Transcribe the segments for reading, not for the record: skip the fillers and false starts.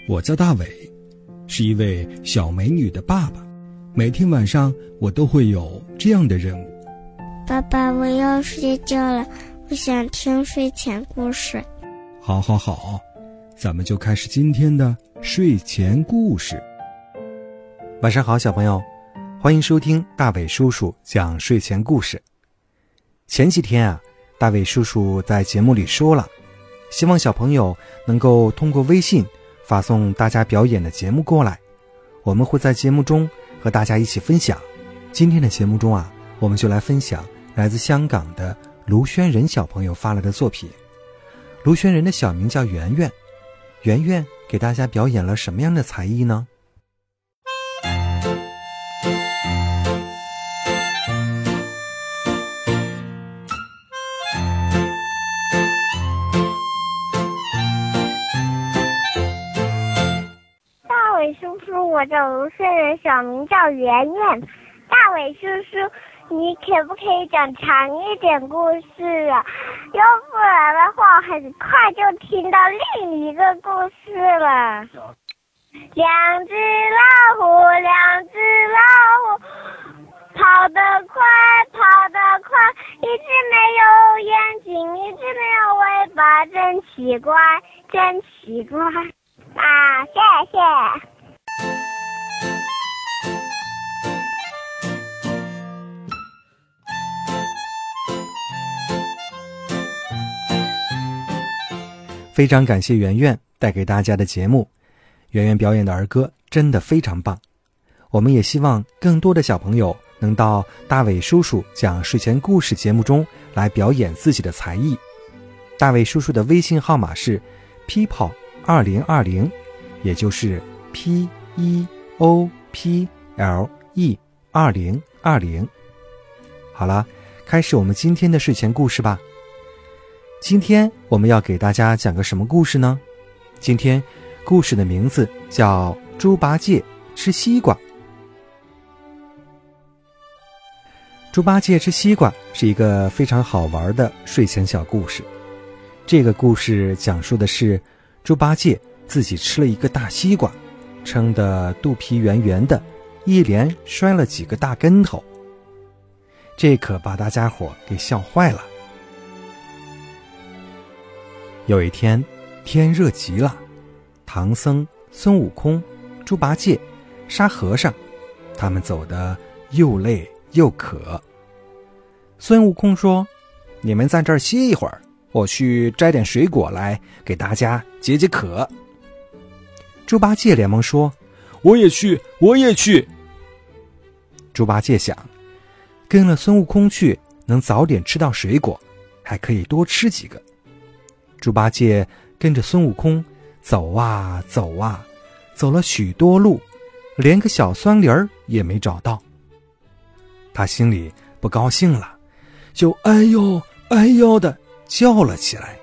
我叫大伟，是一位小美女的爸爸。每天晚上我都会有这样的任务。 爸爸，我要睡觉了，我想听睡前故事。 好，咱们就开始今天的睡前故事。 晚上好，小朋友，欢迎收听大伟叔叔讲睡前故事。前几天啊，大伟叔叔在节目里说了，希望小朋友能够通过微信发送大家表演的节目过来，我们会在节目中和大家一起分享。今天的节目中啊，我们就来分享来自香港的卢轩仁小朋友发来的作品。卢轩仁的小名叫圆圆，圆圆给大家表演了什么样的才艺呢？ 大伟叔叔，我叫卢轩仁，小名叫圆圆。大伟叔叔，你可不可以讲长一点故事啊？要不然的话，很快就听到另一个故事了。两只老虎，跑得快，一只没有眼睛，一只没有尾巴，真奇怪啊！谢谢。 非常感谢圆圆带给大家的节目，圆圆表演的儿歌真的非常棒。我们也希望更多的小朋友能到大伟叔叔讲睡前故事节目中来表演自己的才艺。大伟叔叔的微信号码是 PEOPLE2020， 也就是 PEOPLE2020。 好了，开始我们今天的睡前故事吧。今天我们要给大家讲个什么故事呢？今天故事的名字叫猪八戒吃西瓜。猪八戒吃西瓜是一个非常好玩的睡前小故事。这个故事讲述的是猪八戒自己吃了一个大西瓜，撑得肚皮圆圆的，一连摔了几个大跟头，这可把大家伙给笑坏了。有一天，天热极了，唐僧、孙悟空、猪八戒、沙和尚，他们走得又累又渴。孙悟空说：“你们在这儿歇一会儿，我去摘点水果来给大家解解渴。”猪八戒连忙说：“我也去。”猪八戒想，跟了孙悟空去，能早点吃到水果，还可以多吃几个。猪八戒跟着孙悟空走啊，走了许多路，连个小酸梨儿也没找到。他心里不高兴了，就哎呦的叫了起来。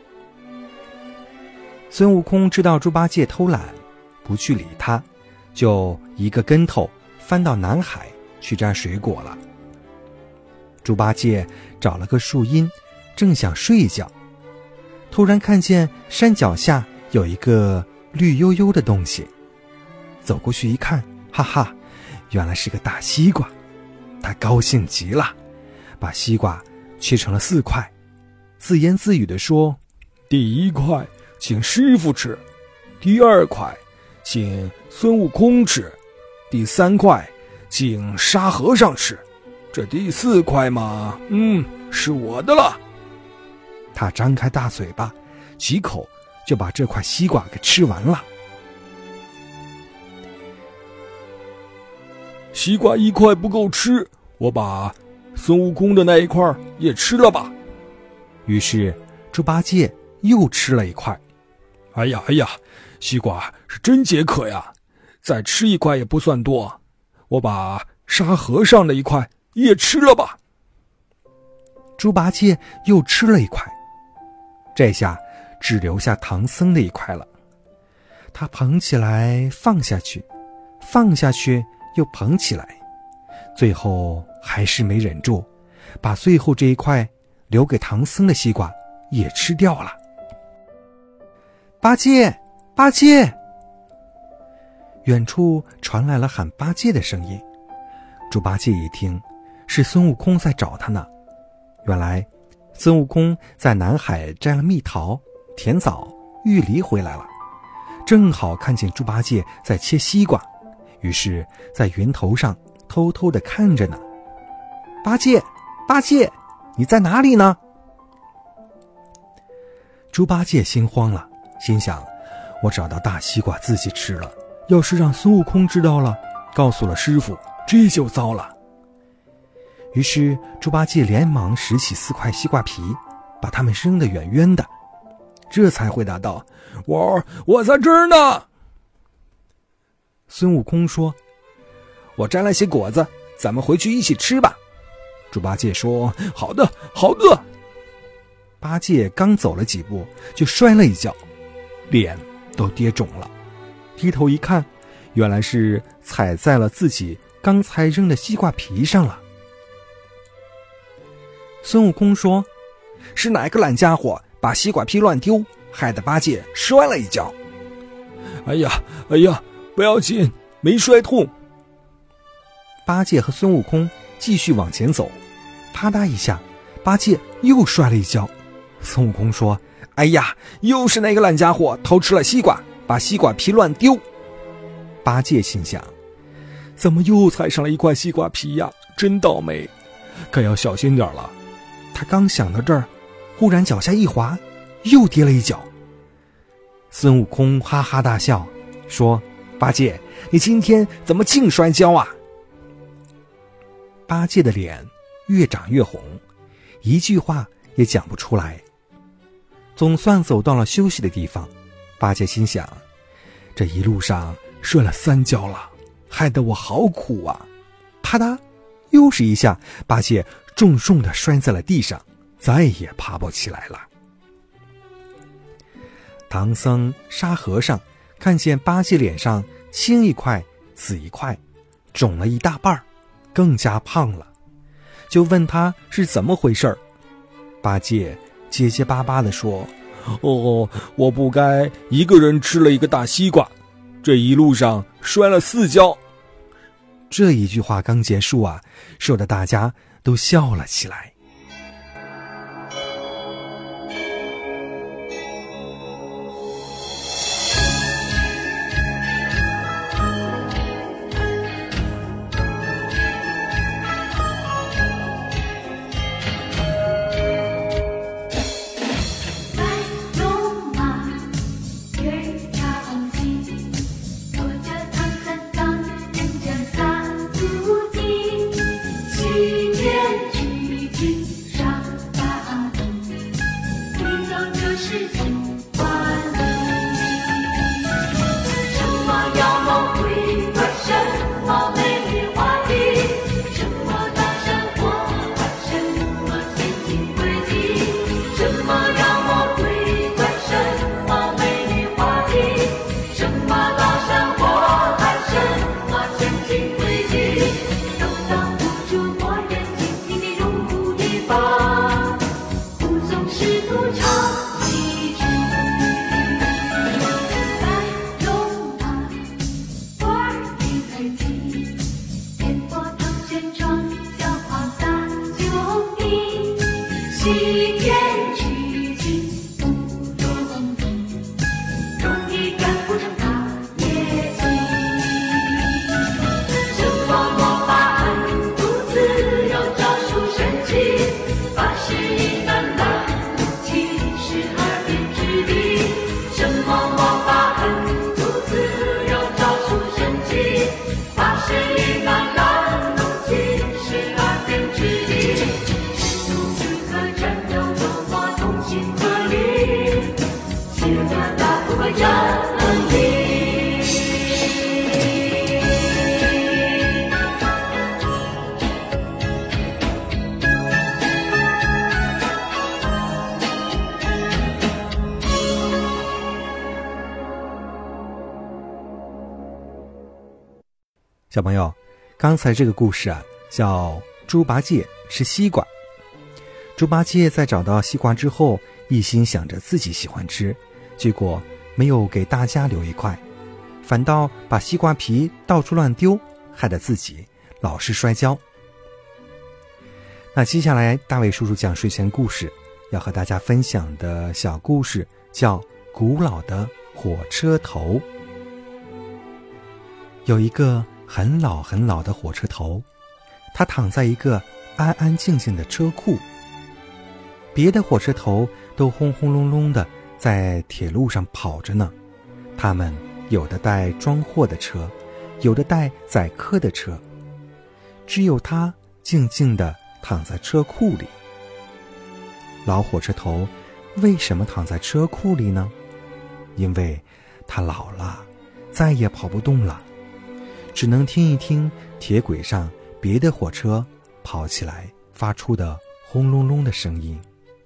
孙悟空知道猪八戒偷懒，不去理他，就一个跟头翻到南海去摘水果了。猪八戒找了个树荫，正想睡一觉，突然看见山脚下有一个绿油油的东西，走过去一看，哈哈，原来是个大西瓜。他高兴极了，把西瓜切成了4块，自言自语地说：“第1块请师傅吃，第2块请孙悟空吃，第3块请沙和尚吃，这第4块嘛，是我的了。”他张开大嘴巴，几口就把这块西瓜给吃完了。西瓜1块不够吃，我把孙悟空的那1块也吃了吧。于是猪八戒又吃了1块。哎呀，西瓜是真解渴呀，再吃1块也不算多，我把沙和尚的1块也吃了吧。猪八戒又吃了1块，这下只留下唐僧的1块了。他捧起来放下去，放下去又捧起来，最后还是没忍住，把最后这1块留给唐僧的西瓜也吃掉了。八戒， 远处传来了喊八戒的声音。猪八戒一听，是孙悟空在找他呢。原来孙悟空在南海摘了蜜桃、甜枣、玉梨回来了，正好看见猪八戒在切西瓜，于是在云头上偷偷地看着呢。八戒，八戒，你在哪里呢？猪八戒心慌了，心想，我找到大西瓜自己吃了，要是让孙悟空知道了，告诉了师傅，这就糟了。于是猪八戒连忙拾起4块西瓜皮，把它们扔得远远的，这才回答道，我在这儿呢。孙悟空说，我摘了些果子，咱们回去一起吃吧。猪八戒说，好的好的。八戒刚走了几步，就摔了一跤，脸都跌肿了，低头一看，原来是踩在了自己刚才扔的西瓜皮上了。孙悟空说，是哪个懒家伙把西瓜皮乱丢，害得八戒摔了一跤。哎呀，不要紧，没摔痛。八戒和孙悟空继续往前走，啪嗒一下，八戒又摔了一跤。孙悟空说，哎呀，又是那个懒家伙偷吃了西瓜，把西瓜皮乱丢。八戒心想，怎么又踩上了一块西瓜皮呀，真倒霉，可要小心点了。他刚想到这儿，忽然脚下一滑，又跌了一跤。孙悟空哈哈大笑，说，八戒，你今天怎么净摔跤啊？八戒的脸越长越红，一句话也讲不出来。总算走到了休息的地方，八戒心想，这一路上摔了3跤了，害得我好苦啊。啪嗒，又是一下，八戒重重地摔在了地上，再也爬不起来了。唐僧、沙和尚看见八戒脸上青一块紫一块，肿了一大半，更加胖了，就问他是怎么回事。八戒结结巴巴地说，我不该一个人吃了一个大西瓜，这一路上摔了4跤。这一句话刚结束啊，说的大家都笑了起来。小朋友，刚才这个故事啊，叫猪八戒吃西瓜。猪八戒在找到西瓜之后，一心想着自己喜欢吃，结果没有给大家留一块， 反倒把西瓜皮到处乱丢，害得自己老是摔跤。那接下来大卫叔叔讲睡前故事，要和大家分享的小故事叫《古老的火车头》。有一个很老很老的火车头，他躺在一个安安静静的车库。别的火车头都轰轰隆隆的在铁路上跑着呢，他们有的带装货的车，有的带载客的车，只有他静静地躺在车库里。老火车头为什么躺在车库里呢？因为他老了，再也跑不动了，只能听一听铁轨上别的火车跑起来发出的轰隆隆的声音。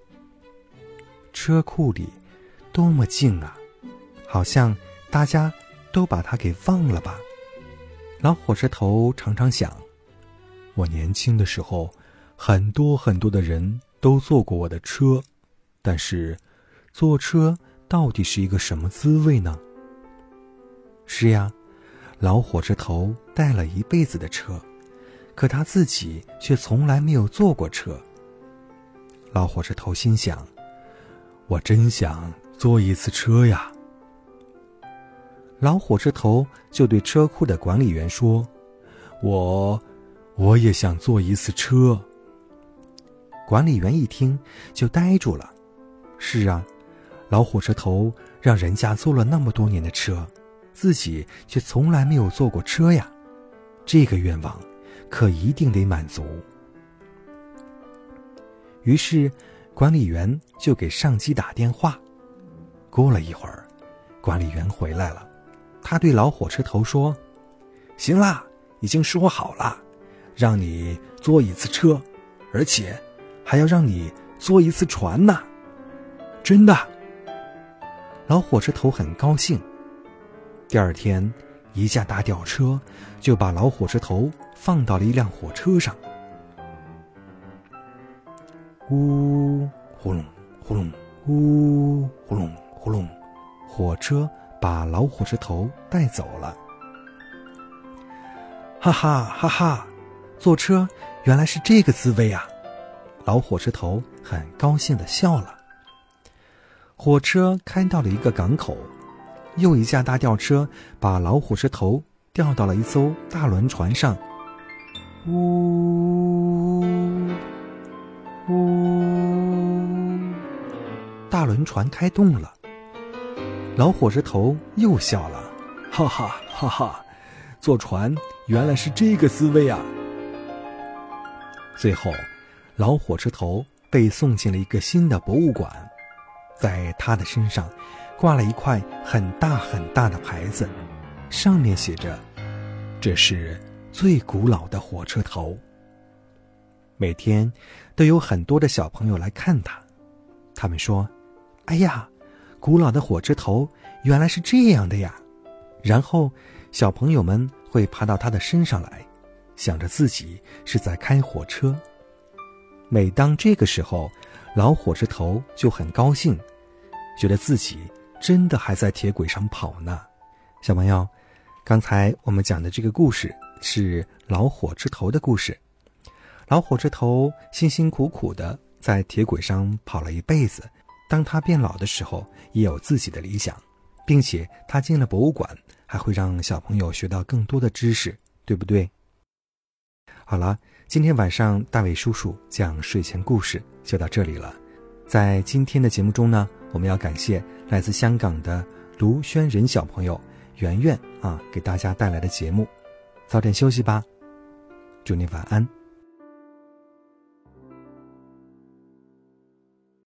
车库里多么静啊，好像大家都把它给忘了吧。老火车头常常想，我年轻的时候，很多很多的人都坐过我的车，但是坐车到底是一个什么滋味呢？是呀，老火车头带了一辈子的车，可他自己却从来没有坐过车。老火车头心想，我真想坐一次车呀。老火车头就对车库的管理员说，我也想坐一次车。管理员一听就呆住了。是啊，老火车头让人家坐了那么多年的车，自己却从来没有坐过车呀，这个愿望可一定得满足。于是管理员就给上级打电话。过了一会儿，管理员回来了，他对老火车头说，行啦，已经说好了，让你坐一次车，而且还要让你坐一次船呢。真的。老火车头很高兴。第二天，一架大吊车就把老火车头放到了一辆火车上。呜，呼隆呼隆，呜，呼隆呼隆，火车把老火车头带走了。哈哈哈哈，坐车原来是这个滋味啊！老火车头很高兴地笑了。火车开到了一个港口，又一架大吊车把老火车头吊到了一艘大轮船上。呜呜，大轮船开动了。老火车头又笑了，哈哈哈哈，坐船原来是这个滋味啊！最后，老火车头被送进了一个新的博物馆，在他的身上挂了一块很大很大的牌子，上面写着，这是最古老的火车头。每天都有很多的小朋友来看他，他们说，哎呀，古老的火车头原来是这样的呀。然后小朋友们会爬到他的身上来，想着自己是在开火车。每当这个时候，老火车头就很高兴，觉得自己真的还在铁轨上跑呢。小朋友，刚才我们讲的这个故事是老火车头的故事。老火车头辛辛苦苦地在铁轨上跑了一辈子，当他变老的时候，也有自己的理想，并且他进了博物馆，还会让小朋友学到更多的知识，对不对？好了，今天晚上大伟叔叔讲睡前故事就到这里了。在今天的节目中呢，我们要感谢来自香港的卢轩仁小朋友圆圆给大家带来的节目。早点休息吧，祝你晚安。